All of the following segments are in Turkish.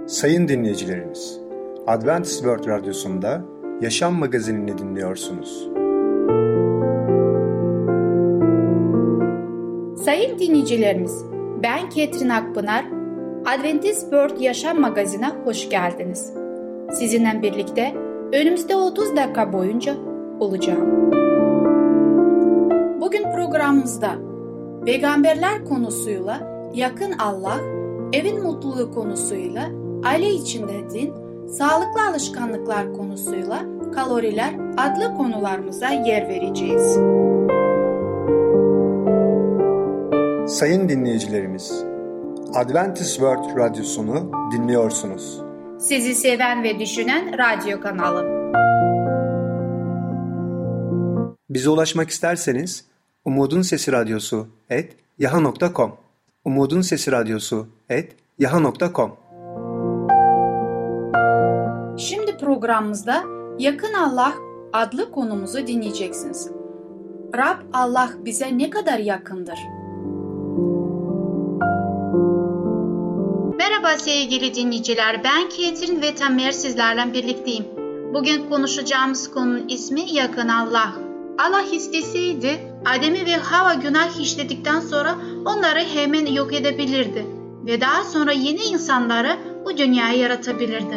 Sayın dinleyicilerimiz, Adventist World Radyosu'nda Yaşam Magazinini dinliyorsunuz. Sayın dinleyicilerimiz, ben Ketrin Akpınar, Adventist World Yaşam Magazinine hoş geldiniz. Sizinle birlikte önümüzde 30 dakika boyunca olacağım. Bugün programımızda peygamberler konusuyla yakın Allah, evin mutluluğu konusuyla, aile içinde din, sağlıklı alışkanlıklar konusuyla kaloriler adlı konularımıza yer vereceğiz. Sayın dinleyicilerimiz, Adventist World Radyosunu dinliyorsunuz. Sizi seven ve düşünen radyo kanalı. Bize ulaşmak isterseniz umudunsesiradyosu@yaha.com umudunsesiradyosu@yaha.com. Şimdi programımızda Yakın Allah adlı konumuzu dinleyeceksiniz. Rab Allah bize ne kadar yakındır? Merhaba sevgili dinleyiciler, ben Ketrin ve Tamer sizlerle birlikteyim. Bugün konuşacağımız konunun ismi Yakın Allah. Allah isteseydi Adem'i ve Hava günah işledikten sonra onları hemen yok edebilirdi ve daha sonra yeni insanları bu dünyaya yaratabilirdi.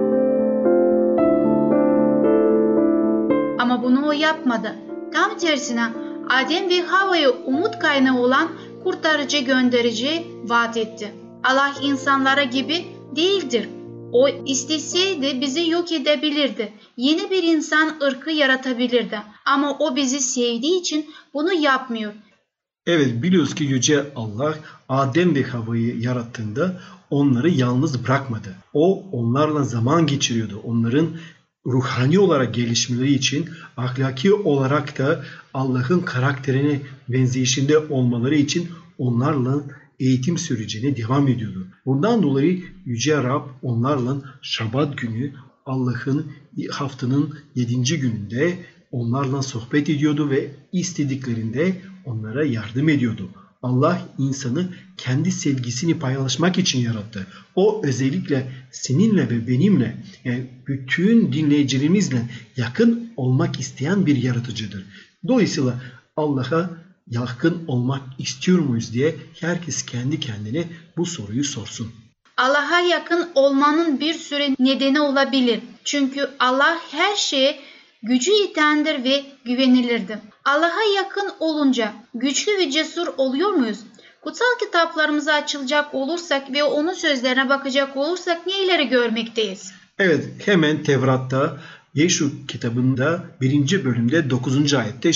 Ama bunu o yapmadı. Tam tersine Adem ve Hava'ya umut kaynağı olan kurtarıcı göndereceği vaat etti. Allah insanlara gibi değildir. O isteseydi bizi yok edebilirdi. Yeni bir insan ırkı yaratabilirdi. Ama o bizi sevdiği için bunu yapmıyor. Evet, biliyoruz ki Yüce Allah Adem ve Havva'yı yarattığında onları yalnız bırakmadı. O onlarla zaman geçiriyordu. Onların ruhani olarak gelişmeleri için, ahlaki olarak da Allah'ın karakterine benzeyişinde olmaları için onlarla eğitim sürecine devam ediyordu. Bundan dolayı Yüce Rab onlarla Şabat günü Allah'ın haftanın 7. gününde onlarla sohbet ediyordu ve istediklerinde onlara yardım ediyordu. Allah insanı kendi sevgisini paylaşmak için yarattı. O özellikle seninle ve benimle, yani bütün dinleyicilerimizle yakın olmak isteyen bir yaratıcıdır. Dolayısıyla Allah'a yakın olmak istiyor muyuz diye herkes kendi kendine bu soruyu sorsun. Allah'a yakın olmanın bir sürü nedeni olabilir. Çünkü Allah her şeye gücü yetendir ve güvenilirdir. Allah'a yakın olunca güçlü ve cesur oluyor muyuz? Kutsal kitaplarımıza açılacak olursak ve onun sözlerine bakacak olursak neleri görmekteyiz? Evet, hemen Tevrat'ta Yeşu kitabında 1. bölümde 9. ayette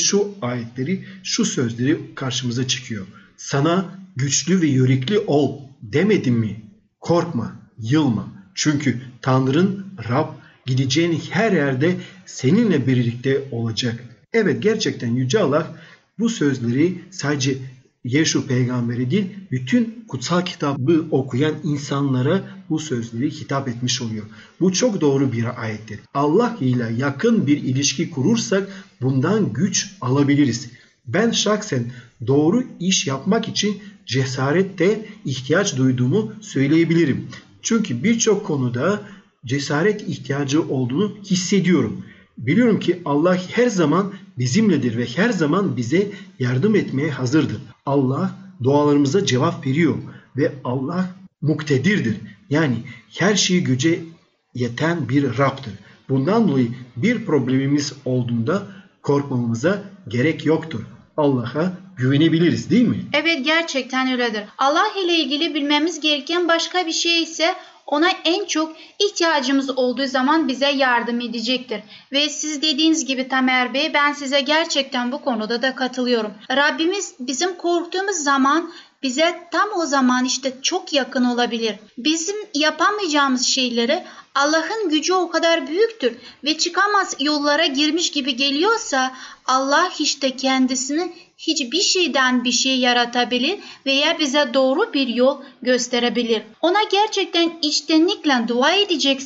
şu sözleri karşımıza çıkıyor. Sana güçlü ve yürekli ol demedim mi? Korkma, yılma. Çünkü Tanrın Rab gideceğin her yerde seninle birlikte olacak. Evet, gerçekten Yüce Allah bu sözleri sadece Yeşu peygamberi değil, bütün kutsal kitabı okuyan insanlara bu sözleri hitap etmiş oluyor. Bu çok doğru bir ayettir. Allah ile yakın bir ilişki kurursak bundan güç alabiliriz. Ben şahsen doğru iş yapmak için cesarette ihtiyaç duyduğumu söyleyebilirim. Çünkü birçok konuda cesaret ihtiyacı olduğunu hissediyorum. Biliyorum ki Allah her zaman bizimledir ve her zaman bize yardım etmeye hazırdır. Allah dualarımıza cevap veriyor ve Allah muktedirdir. Yani her şeyi güce yeten bir Rab'dır. Bundan dolayı bir problemimiz olduğunda korkmamıza gerek yoktur. Allah'a güvenebiliriz, değil mi? Evet, gerçekten öyledir. Allah ile ilgili bilmemiz gereken başka bir şey ise ona en çok ihtiyacımız olduğu zaman bize yardım edecektir. Ve siz dediğiniz gibi Tamer Bey, ben size gerçekten bu konuda da katılıyorum. Rabbimiz bizim korktuğumuz zaman bize tam o zaman çok yakın olabilir. Bizim yapamayacağımız şeyleri Allah'ın gücü o kadar büyüktür ve çıkamaz yollara girmiş gibi geliyorsa Allah kendisini hiçbir şeyden bir şey yaratabilir veya bize doğru bir yol gösterebilir. Ona gerçekten içtenlikle dua edecekse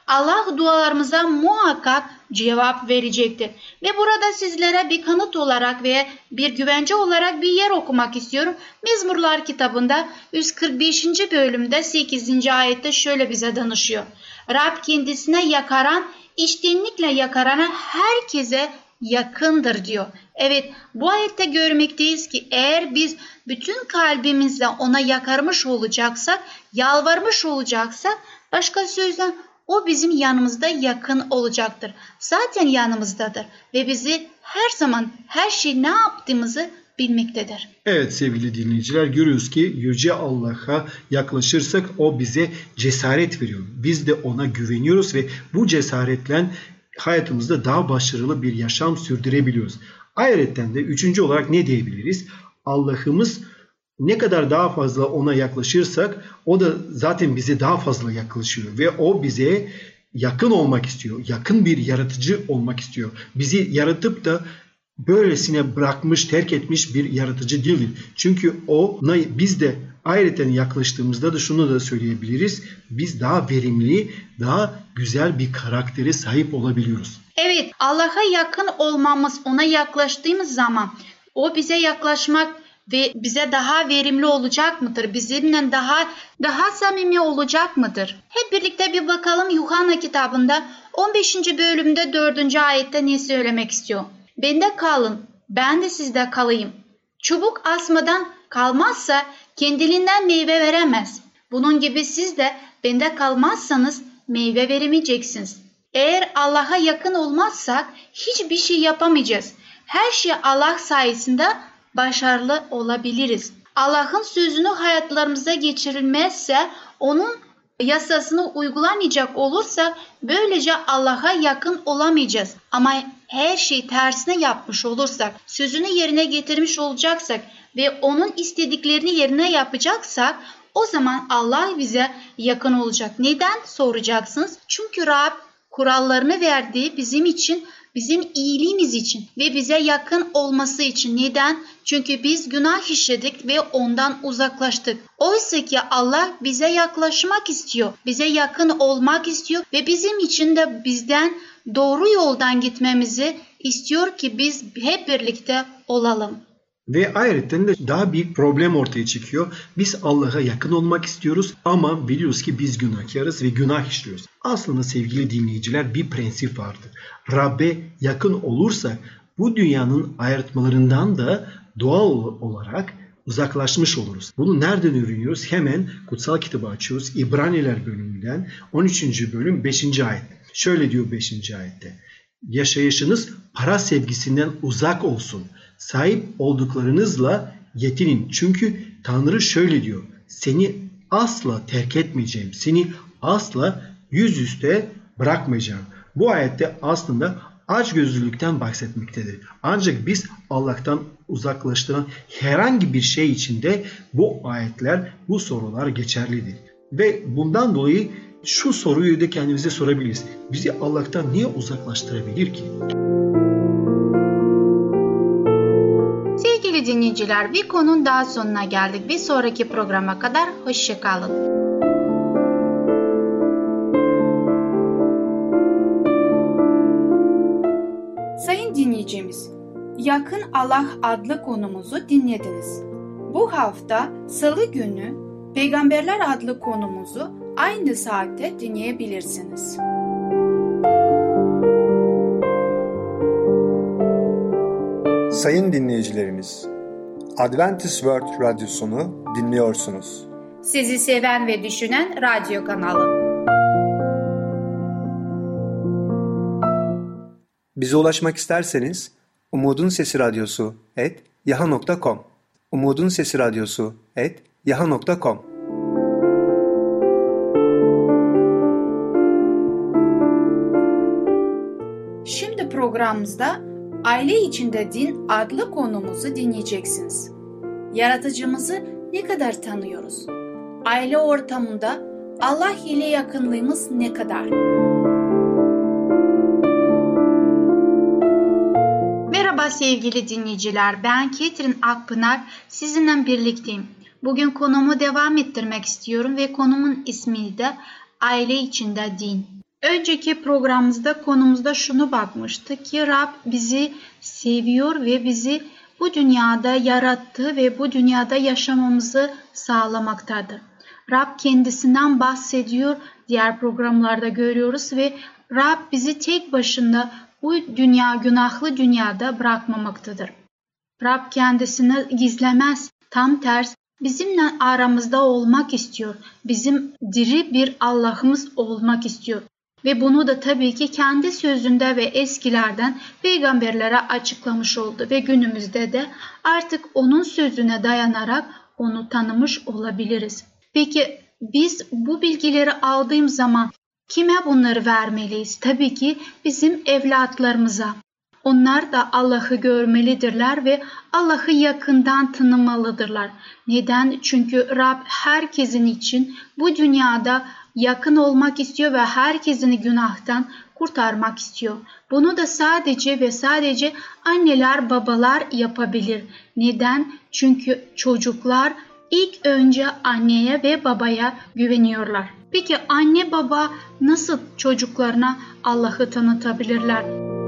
Allah dualarımıza muhakkak cevap verecektir. Ve burada sizlere bir kanıt olarak ve bir güvence olarak bir yer okumak istiyorum. Mezmurlar kitabında 145. bölümde 8. ayette şöyle bize danışıyor. Rab kendisine yakaran, içtenlikle yakarana herkese yakındır diyor. Evet, bu ayette görmekteyiz ki eğer biz bütün kalbimizle ona yakarmış olacaksak, yalvarmış olacaksak, başka sözle o bizim yanımızda yakın olacaktır. Zaten yanımızdadır ve bizi her zaman her şey ne yaptığımızı bilmektedir. Evet sevgili dinleyiciler, görüyoruz ki Yüce Allah'a yaklaşırsak o bize cesaret veriyor. Biz de ona güveniyoruz ve bu cesaretle hayatımızda daha başarılı bir yaşam sürdürebiliyoruz. Ayrıca de üçüncü olarak ne diyebiliriz? Allah'ımız ne kadar daha fazla ona yaklaşırsak o da zaten bize daha fazla yaklaşıyor ve o bize yakın olmak istiyor. Yakın bir yaratıcı olmak istiyor. Bizi yaratıp da böylesine bırakmış, terk etmiş bir yaratıcı değil. Çünkü ona biz de ayrıca yaklaştığımızda da şunu da söyleyebiliriz. Biz daha verimli, daha güzel bir karaktere sahip olabiliyoruz. Evet, Allah'a yakın olmamız, ona yaklaştığımız zaman o bize yaklaşmak ve bize daha verimli olacak mıdır? Bizimle daha samimi olacak mıdır? Hep birlikte bir bakalım Yuhanna kitabında 15. bölümde 4. ayette ne söylemek istiyor? Bende kalın, ben de sizde kalayım. Çubuk asmadan kalmazsa kendiliğinden meyve veremez. Bunun gibi siz de bende kalmazsanız meyve veremeyeceksiniz. Eğer Allah'a yakın olmazsak hiçbir şey yapamayacağız. Her şey Allah sayesinde başarılı olabiliriz. Allah'ın sözünü hayatlarımıza geçirilmezse, onun yasasını uygulamayacak olursa böylece Allah'a yakın olamayacağız. Ama her şeyi tersine yapmış olursak, sözünü yerine getirmiş olacaksak ve onun istediklerini yerine yapacaksak o zaman Allah bize yakın olacak. Neden soracaksınız? Çünkü Rab kurallarını verdiği bizim için, bizim iyiliğimiz için ve bize yakın olması için. Neden? Çünkü biz günah işledik ve ondan uzaklaştık. Oysa ki Allah bize yaklaşmak istiyor, bize yakın olmak istiyor ve bizim için de bizden doğru yoldan gitmemizi istiyor ki biz hep birlikte olalım. Ve ayrıca de daha bir problem ortaya çıkıyor. Biz Allah'a yakın olmak istiyoruz ama biliyoruz ki biz günahkarız ve günah işliyoruz. Aslında sevgili dinleyiciler bir prensip vardır. Rabbe yakın olursak bu dünyanın ayırtmalarından da doğal olarak uzaklaşmış oluruz. Bunu nereden öğreniyoruz? Hemen kutsal kitabı açıyoruz. İbraniler bölümünden 13. bölüm 5. ayet. Şöyle diyor 5. ayette. Yaşayışınız para sevgisinden uzak olsun. Sahip olduklarınızla yetinin. Çünkü Tanrı şöyle diyor. Seni asla terk etmeyeceğim. Seni asla yüzüstü bırakmayacağım. Bu ayette aslında açgözlülükten bahsetmektedir. Ancak biz Allah'tan uzaklaştıran herhangi bir şey içinde bu ayetler, bu sorular geçerlidir. Ve bundan dolayı şu soruyu da kendimize sorabiliriz. Bizi Allah'tan niye uzaklaştırabilir ki? Sevgili dinleyiciler, bir konunun daha sonuna geldik. Bir sonraki programa kadar hoşça kalın. Sayın dinleyicimiz, Yakın Allah adlı konumuzu dinlediniz. Bu hafta Salı günü Peygamberler adlı konumuzu aynı saatte dinleyebilirsiniz. Sayın dinleyicilerimiz, Adventist World Radyosunu dinliyorsunuz. Sizi seven ve düşünen radyo kanalı. Bize ulaşmak isterseniz Umutun Sesi Radyosu @yahoo.com Umutun Sesi Radyosu @yahoo.com. Şimdi programımızda Aile İçinde Din adlı konumuzu dinleyeceksiniz. Yaratıcımızı ne kadar tanıyoruz? Aile ortamında Allah ile yakınlığımız ne kadar? Merhaba sevgili dinleyiciler, ben Ketrin Akpınar, sizinle birlikteyim. Bugün konumu devam ettirmek istiyorum ve konumun ismi de Aile İçinde Din. Önceki programımızda konumuzda şunu bakmıştık ki Rab bizi seviyor ve bizi bu dünyada yarattı ve bu dünyada yaşamamızı sağlamaktadır. Rab kendisinden bahsediyor, diğer programlarda görüyoruz ve Rab bizi tek başına bu günahlı dünyada bırakmamaktadır. Rab kendisini gizlemez, tam ters bizimle aramızda olmak istiyor. Bizim diri bir Allah'ımız olmak istiyor. Ve bunu da tabii ki kendi sözünde ve eskilerden peygamberlere açıklamış oldu. Ve günümüzde de artık onun sözüne dayanarak onu tanımış olabiliriz. Peki biz bu bilgileri aldığımız zaman kime bunları vermeliyiz? Tabii ki bizim evlatlarımıza. Onlar da Allah'ı görmelidirler ve Allah'ı yakından tanımalıdırlar. Neden? Çünkü Rab herkesin için bu dünyada yakın olmak istiyor ve herkesini günahtan kurtarmak istiyor. Bunu da sadece ve sadece anneler, babalar yapabilir. Neden? Çünkü çocuklar ilk önce anneye ve babaya güveniyorlar. Peki anne baba nasıl çocuklarına Allah'ı tanıtabilirler?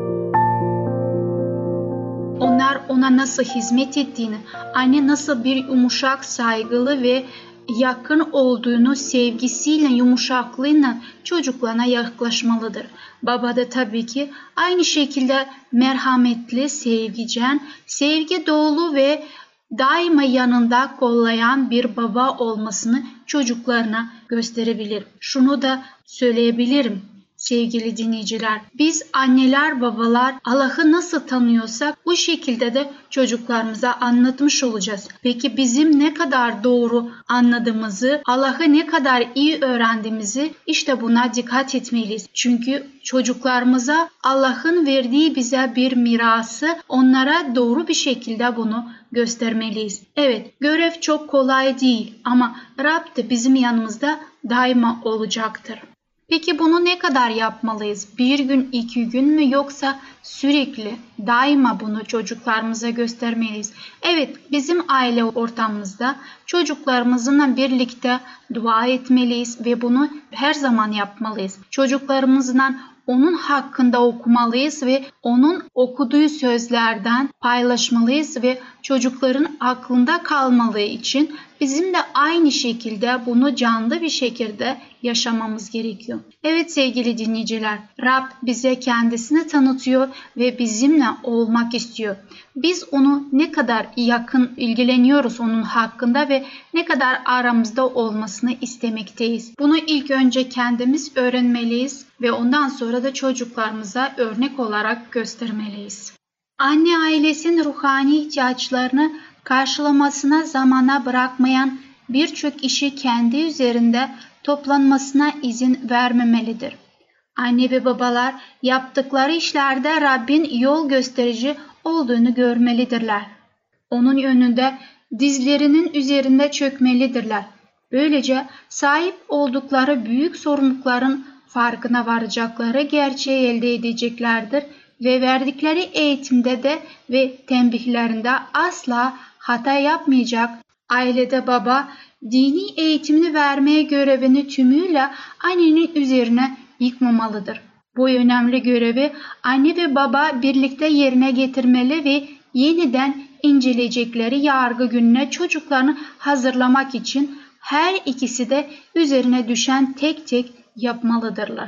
Onlar ona nasıl hizmet ettiğini, anne nasıl bir yumuşak, saygılı ve yakın olduğunu sevgisiyle, yumuşaklığıyla çocuklarına yaklaşmalıdır. Baba da tabii ki aynı şekilde merhametli, sevgicen, sevgi dolu ve daima yanında kollayan bir baba olmasını çocuklarına gösterebilir. Şunu da söyleyebilirim sevgili dinleyiciler. Biz anneler, babalar Allah'ı nasıl tanıyorsak bu şekilde de çocuklarımıza anlatmış olacağız. Peki bizim ne kadar doğru anladığımızı, Allah'ı ne kadar iyi öğrendiğimizi işte buna dikkat etmeliyiz. Çünkü çocuklarımıza Allah'ın verdiği bize bir mirası, onlara doğru bir şekilde bunu göstermeliyiz. Evet, görev çok kolay değil ama Rab de bizim yanımızda daima olacaktır. Peki bunu ne kadar yapmalıyız? Bir gün, 2 gün mü yoksa sürekli, daima bunu çocuklarımıza göstermeliyiz? Evet, bizim aile ortamımızda çocuklarımızla birlikte dua etmeliyiz ve bunu her zaman yapmalıyız. Çocuklarımızla onun hakkında okumalıyız ve onun okuduğu sözlerden paylaşmalıyız ve çocukların aklında kalmaları için bizim de aynı şekilde bunu canlı bir şekilde yaşamamız gerekiyor. Evet sevgili dinleyiciler, Rab bize kendisini tanıtıyor ve bizimle olmak istiyor. Biz onu ne kadar yakın ilgileniyoruz onun hakkında ve ne kadar aramızda olmasını istemekteyiz. Bunu ilk önce kendimiz öğrenmeliyiz ve ondan sonra da çocuklarımıza örnek olarak göstermeliyiz. Anne ailesinin ruhani ihtiyaçlarını karşılamasına zamana bırakmayan birçok işi kendi üzerinde toplanmasına izin vermemelidir. Anne ve babalar yaptıkları işlerde Rabbin yol gösterici olduğunu görmelidirler. Onun önünde dizlerinin üzerinde çökmelidirler. Böylece sahip oldukları büyük sorumlulukların farkına varacakları gerçeği elde edeceklerdir ve verdikleri eğitimde de ve tembihlerinde asla hata yapmayacak. Ailede baba dini eğitimini vermeye görevini tümüyle annenin üzerine yıkmamalıdır. Bu önemli görevi anne ve baba birlikte yerine getirmeli ve yeniden inceleyecekleri yargı gününe çocuklarını hazırlamak için her ikisi de üzerine düşen tek tek yapmalıdırlar.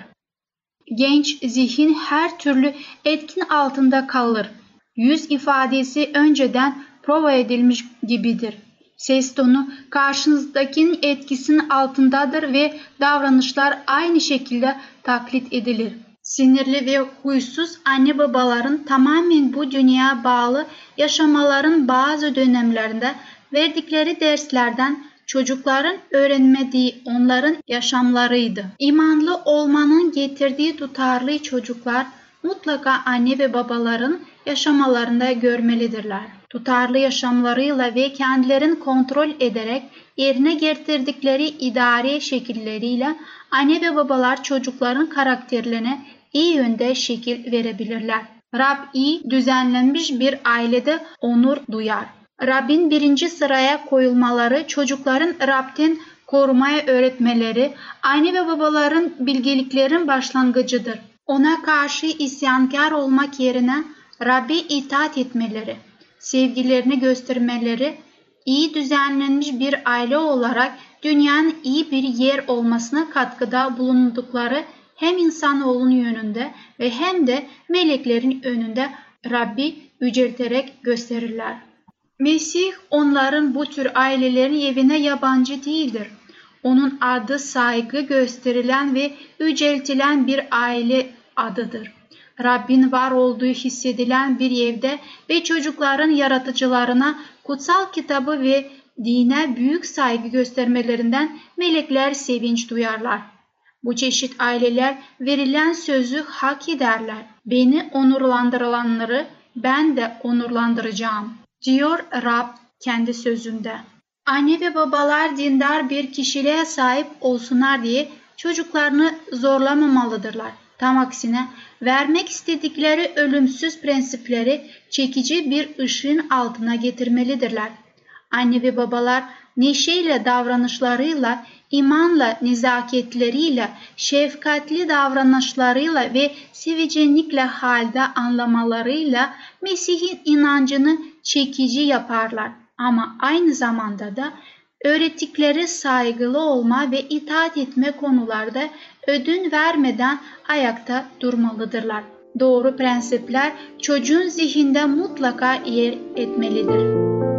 Genç zihin her türlü etkin altında kalır. Yüz ifadesi önceden prova edilmiş gibidir. Ses tonu karşınızdakinin etkisinin altındadır ve davranışlar aynı şekilde taklit edilir. Sinirli ve huysuz anne babaların tamamen bu dünyaya bağlı yaşamaların bazı dönemlerinde verdikleri derslerden çocukların öğrenmediği onların yaşamlarıydı. İmanlı olmanın getirdiği tutarlı çocuklar mutlaka anne ve babaların yaşamalarında görmelidirler. Tutarlı yaşamlarıyla ve kendilerini kontrol ederek yerine getirdikleri idari şekilleriyle anne ve babalar çocukların karakterlerine iyi yönde şekil verebilirler. Rab iyi düzenlenmiş bir ailede onur duyar. Rabbin birinci sıraya koyulmaları çocukların Rab'den korumaya öğretmeleri, anne ve babaların bilgeliklerin başlangıcıdır. Ona karşı isyankar olmak yerine Rab'be itaat etmeleri, sevgilerini göstermeleri, iyi düzenlenmiş bir aile olarak dünyanın iyi bir yer olmasına katkıda bulundukları hem insanoğlunun yönünde ve hem de meleklerin önünde Rabbi yücelterek gösterirler. Mesih onların bu tür ailelerin evine yabancı değildir. Onun adı saygı gösterilen ve yüceltilen bir aile adıdır. Rabbin var olduğu hissedilen bir evde ve çocukların yaratıcılarına kutsal kitabı ve dine büyük saygı göstermelerinden melekler sevinç duyarlar. Bu çeşit aileler verilen sözü hak ederler. Beni onurlandıranları ben de onurlandıracağım, diyor Rab kendi sözünde. Anne ve babalar dindar bir kişiliğe sahip olsunlar diye çocuklarını zorlamamalıdırlar. Tam aksine vermek istedikleri ölümsüz prensipleri çekici bir ışığın altına getirmelidirler. Anne ve babalar neşeyle davranışlarıyla, imanla, nezaketleriyle, şefkatli davranışlarıyla ve sevicenlikle halde anlamalarıyla Mesih'in inancını çekici yaparlar. Ama aynı zamanda da öğrettikleri saygılı olma ve itaat etme konularda ödün vermeden ayakta durmalıdırlar. Doğru prensipler çocuğun zihninde mutlaka yer etmelidir.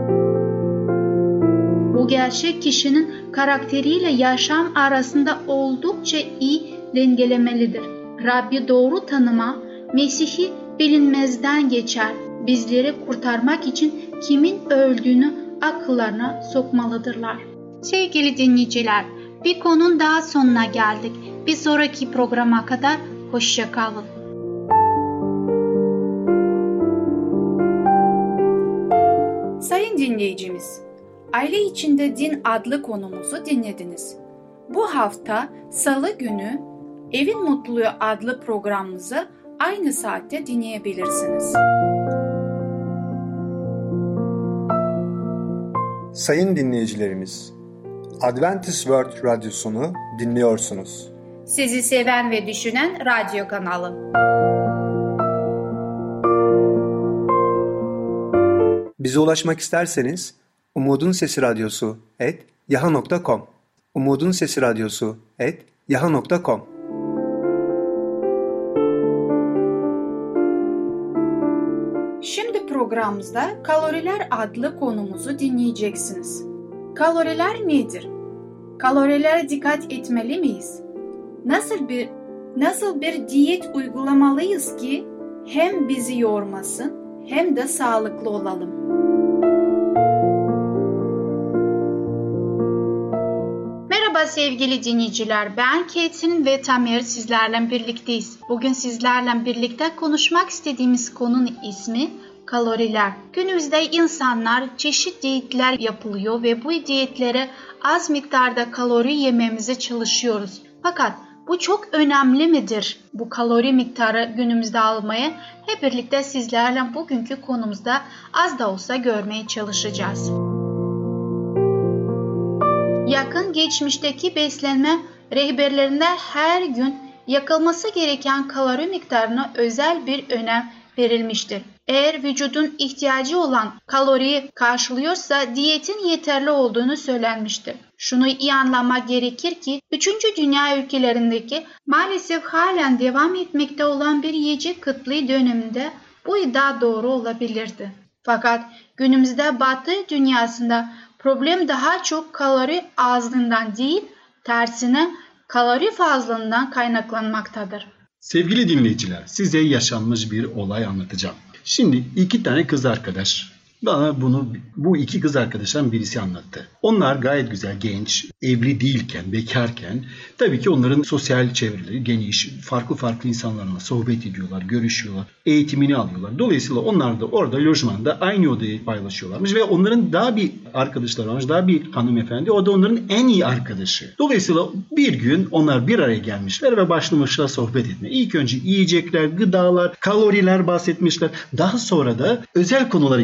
Bu gerçek kişinin karakteriyle yaşam arasında oldukça iyi dengelemelidir. Rabbi doğru tanıma, Mesih'i bilinmezden geçer. Bizleri kurtarmak için kimin öldüğünü akıllarına sokmalıdırlar. Sevgili dinleyiciler, bir konunun daha sonuna geldik. Bir sonraki programa kadar hoşça kalın. Sayın dinleyicimiz, Aile İçinde Din adlı konumuzu dinlediniz. Bu hafta Salı günü Evin Mutluluğu adlı programımızı aynı saatte dinleyebilirsiniz. Sayın dinleyicilerimiz, Adventist World Radyosunu dinliyorsunuz. Sizi seven ve düşünen radyo kanalı. Bize ulaşmak isterseniz umudunsesiradyosu@yahoo.com umudunsesiradyosu@yahoo.com. Şimdi programımızda Kaloriler adlı konumuzu dinleyeceksiniz. Kaloriler nedir? Kalorilere dikkat etmeli miyiz? Nasıl bir diyet uygulamalıyız ki hem bizi yormasın hem de sağlıklı olalım? Merhaba sevgili dinleyiciler, ben Ketsin ve Tamer sizlerle birlikteyiz. Bugün sizlerle birlikte konuşmak istediğimiz konunun ismi kaloriler. Günümüzde insanlar çeşitli diyetler yapılıyor ve bu diyetlere az miktarda kalori yememize çalışıyoruz. Fakat bu çok önemli midir? Bu kalori miktarı günümüzde almaya hep birlikte sizlerle bugünkü konumuzda az da olsa görmeye çalışacağız. Yakın geçmişteki beslenme rehberlerinde her gün yakılması gereken kalori miktarına özel bir önem verilmiştir. Eğer vücudun ihtiyacı olan kaloriyi karşılıyorsa diyetin yeterli olduğunu söylenmiştir. Şunu iyi anlamak gerekir ki 3. Dünya ülkelerindeki maalesef halen devam etmekte olan bir yiyecek kıtlığı döneminde bu iddia doğru olabilirdi. Fakat günümüzde Batı dünyasında problem daha çok kalori azlığından değil, tersine kalori fazlalığından kaynaklanmaktadır. Sevgili dinleyiciler, size yaşanmış bir olay anlatacağım. Şimdi 2 tane kız arkadaş bana bu 2 kız arkadaştan birisi anlattı. Onlar gayet güzel, genç, evli değilken, bekarken tabii ki onların sosyal çevreleri geniş, farklı insanlarla sohbet ediyorlar, görüşüyorlar, eğitimini alıyorlar. Dolayısıyla onlar da orada lojmanda aynı odayı paylaşıyorlarmış ve onların daha bir arkadaşları varmış, daha bir hanımefendi, o da onların en iyi arkadaşı. Dolayısıyla bir gün onlar bir araya gelmişler ve başlamışlar sohbet etmeye. İlk önce yiyecekler, gıdalar, kaloriler bahsetmişler. Daha sonra da özel konulara geçmişler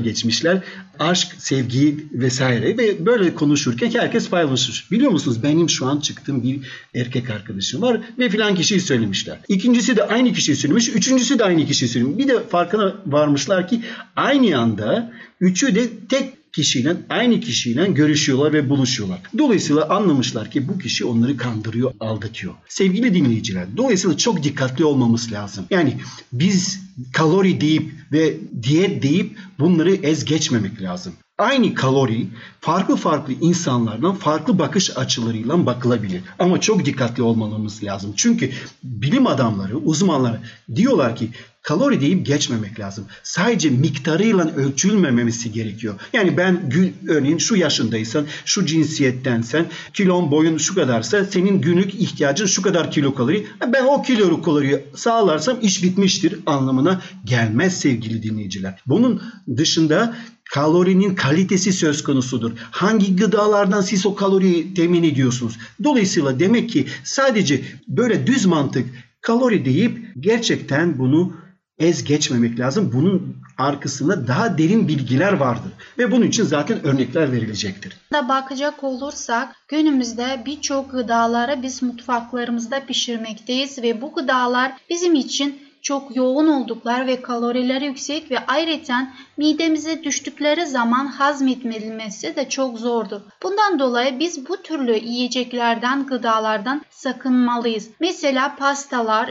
demişler. Aşk, sevgi vesaire ve böyle konuşurken herkes paylaşmış. Biliyor musunuz benim şu an çıktığım bir erkek arkadaşım var ve filan kişiyi söylemişler. İkincisi de aynı kişiyi söylemiş. Üçüncüsü de aynı kişiyi söylemiş. Bir de farkına varmışlar ki aynı anda üçü de tek kişiyle, aynı kişiyle görüşüyorlar ve buluşuyorlar. Dolayısıyla anlamışlar ki bu kişi onları kandırıyor, aldatıyor. Sevgili dinleyiciler, dolayısıyla çok dikkatli olmamız lazım. Yani biz kalori deyip ve diyet deyip bunları ez geçmemek lazım. Aynı kalori farklı insanlardan farklı bakış açılarıyla bakılabilir. Ama çok dikkatli olmamız lazım. Çünkü bilim adamları, uzmanları diyorlar ki kalori deyip geçmemek lazım. Sadece miktarıyla ölçülmemesi gerekiyor. Yani ben örneğin şu yaşındaysan, şu cinsiyettensen, kilon boyun şu kadarsa senin günlük ihtiyacın şu kadar kilokalori. Ben o kilokaloriyi sağlarsam iş bitmiştir anlamına gelmez sevgili dinleyiciler. Bunun dışında kalorinin kalitesi söz konusudur. Hangi gıdalardan siz o kaloriyi temin ediyorsunuz? Dolayısıyla demek ki sadece böyle düz mantık kalori deyip gerçekten bunu ez geçmemek lazım. Bunun arkasında daha derin bilgiler vardır. Ve bunun için zaten örnekler verilecektir. Bakacak olursak günümüzde birçok gıdaları biz mutfaklarımızda pişirmekteyiz ve bu gıdalar bizim için çok yoğun olduklar ve kalorileri yüksek ve ayrıca midemize düştükleri zaman hazmetmesi de çok zordur. Bundan dolayı biz bu türlü yiyeceklerden, gıdalardan sakınmalıyız. Mesela pastalar,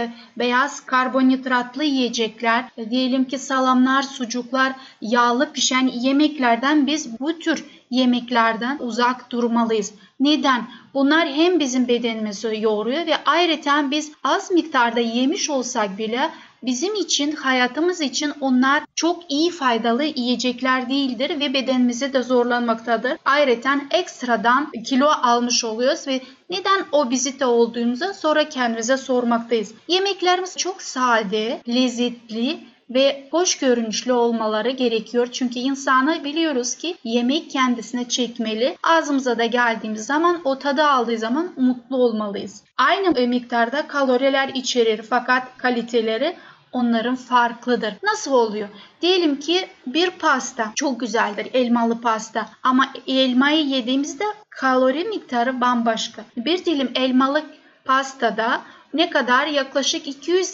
beyaz karbonhidratlı yiyecekler, diyelim ki salamlar, sucuklar, yağlı pişen yemeklerden biz bu tür yemeklerden uzak durmalıyız. Neden? Bunlar hem bizim bedenimizi yoruyor ve ayrıca biz az miktarda yemiş olsak bile bizim için, hayatımız için onlar çok iyi faydalı yiyecekler değildir ve bedenimizi de zorlanmaktadır. Ayrıca ekstradan kilo almış oluyoruz ve neden obezite olduğumuzu sonra kendimize sormaktayız. Yemeklerimiz çok sade, lezzetli ve hoş görünüşlü olmaları gerekiyor. Çünkü insanı biliyoruz ki yemek kendisine çekmeli. Ağzımıza da geldiğimiz zaman, o tadı aldığı zaman mutlu olmalıyız. Aynı miktarda kaloriler içerir fakat kaliteleri onların farklıdır. Nasıl oluyor? Diyelim ki bir pasta çok güzeldir, elmalı pasta. Ama elmayı yediğimizde kalori miktarı bambaşka. Bir dilim elmalı pastada ne kadar? Yaklaşık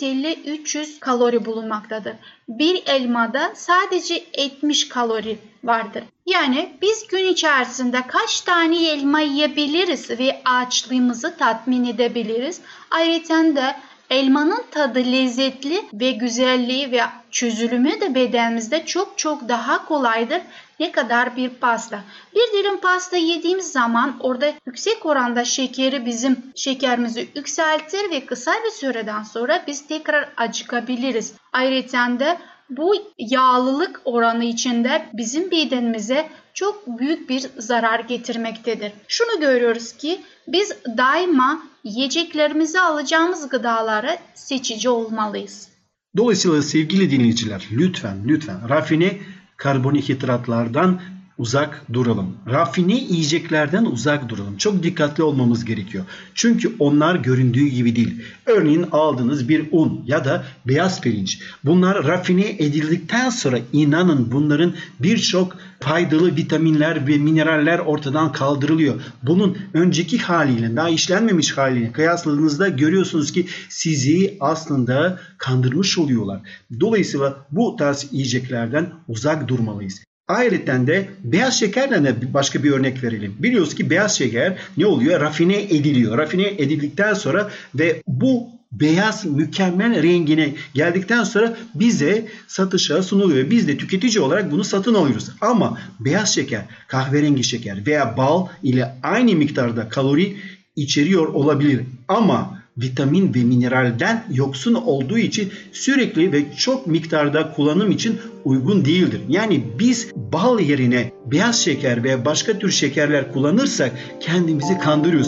250-300 kalori bulunmaktadır. Bir elmada sadece 70 kalori vardır. Yani biz gün içerisinde kaç tane elma yiyebiliriz ve açlığımızı tatmin edebiliriz. Ayrıca da elmanın tadı lezzetli ve güzelliği ve çözülümü de bedenimizde çok daha kolaydır. Ne kadar bir pasta. Bir dilim pasta yediğimiz zaman orada yüksek oranda şekeri bizim şekerimizi yükseltir ve kısa bir süreden sonra biz tekrar acıkabiliriz. Ayrıca da bu yağlılık oranı içinde bizim bedenimize çok büyük bir zarar getirmektedir. Şunu görüyoruz ki biz daima yiyeceklerimizi alacağımız gıdaları seçici olmalıyız. Dolayısıyla sevgili dinleyiciler lütfen rafine karbonhidratlardan uzak duralım. Rafine yiyeceklerden uzak duralım. Çok dikkatli olmamız gerekiyor. Çünkü onlar göründüğü gibi değil. Örneğin aldığınız bir un ya da beyaz pirinç. Bunlar rafine edildikten sonra inanın bunların birçok faydalı vitaminler ve mineraller ortadan kaldırılıyor. Bunun önceki haliyle, daha işlenmemiş haliyle kıyasladığınızda görüyorsunuz ki sizi aslında kandırmış oluyorlar. Dolayısıyla bu tarz yiyeceklerden uzak durmalıyız. Ayrıca de beyaz şekerle de başka bir örnek verelim. Biliyoruz ki beyaz şeker ne oluyor? Rafine ediliyor. Rafine edildikten sonra ve bu beyaz mükemmel rengine geldikten sonra bize satışa sunuluyor. Biz de tüketici olarak bunu satın alıyoruz. Ama beyaz şeker, kahverengi şeker veya bal ile aynı miktarda kalori içeriyor olabilir. Ama vitamin ve mineralden yoksun olduğu için sürekli ve çok miktarda kullanım için uygun değildir. Yani biz bal yerine beyaz şeker veya başka tür şekerler kullanırsak kendimizi kandırıyoruz.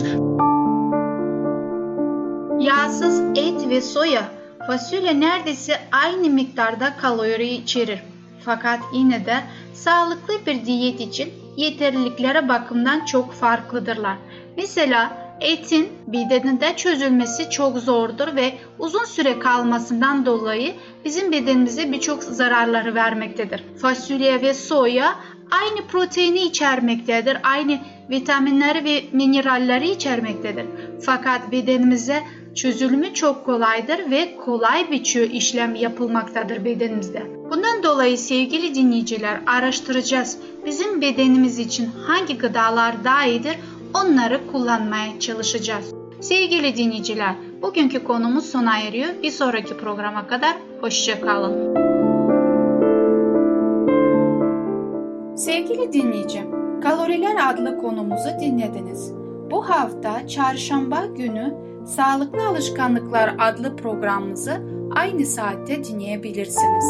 Yağsız et ve soya, fasulye neredeyse aynı miktarda kalori içerir. Fakat yine de sağlıklı bir diyet için yeterlilikleri bakımından çok farklıdırlar. Mesela Etin bedeninde çözülmesi çok zordur ve uzun süre kalmasından dolayı bizim bedenimize birçok zararları vermektedir. Fasulye ve soya aynı proteini içermektedir, aynı vitaminleri ve mineralleri içermektedir. Fakat bedenimize çözülümü çok kolaydır ve kolay bir işlem yapılmaktadır bedenimizde. Bundan dolayı sevgili dinleyiciler, araştıracağız. Bizim bedenimiz için hangi gıdalar daha iyidir, onları kullanmaya çalışacağız. Sevgili dinleyiciler, bugünkü konumuz sona eriyor. Bir sonraki programa kadar hoşça kalın. Sevgili dinleyicim, Kaloriler adlı konumuzu dinlediniz. Bu hafta çarşamba günü Sağlıklı Alışkanlıklar adlı programımızı aynı saatte dinleyebilirsiniz.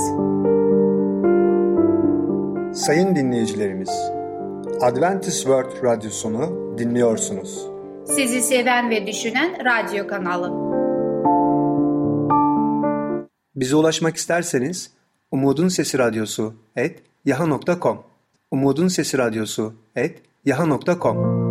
Sayın dinleyicilerimiz, Adventist World Radyosunu dinliyorsunuz. Sizi seven ve düşünen radyo kanalı. Bize ulaşmak isterseniz umudunsesiradyosu@yahoo.com umudunsesiradyosu@yahoo.com.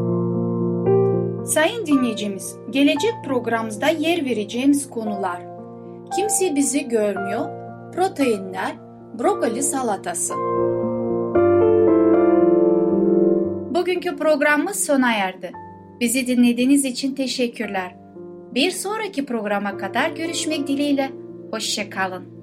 Sayın dinleyicimiz, gelecek programımızda yer vereceğimiz konular: kimse bizi görmüyor, proteinler, brokoli salatası. Bugünkü programımız sona erdi. Bizi dinlediğiniz için teşekkürler. Bir sonraki programa kadar görüşmek dileğiyle. Hoşça kalın.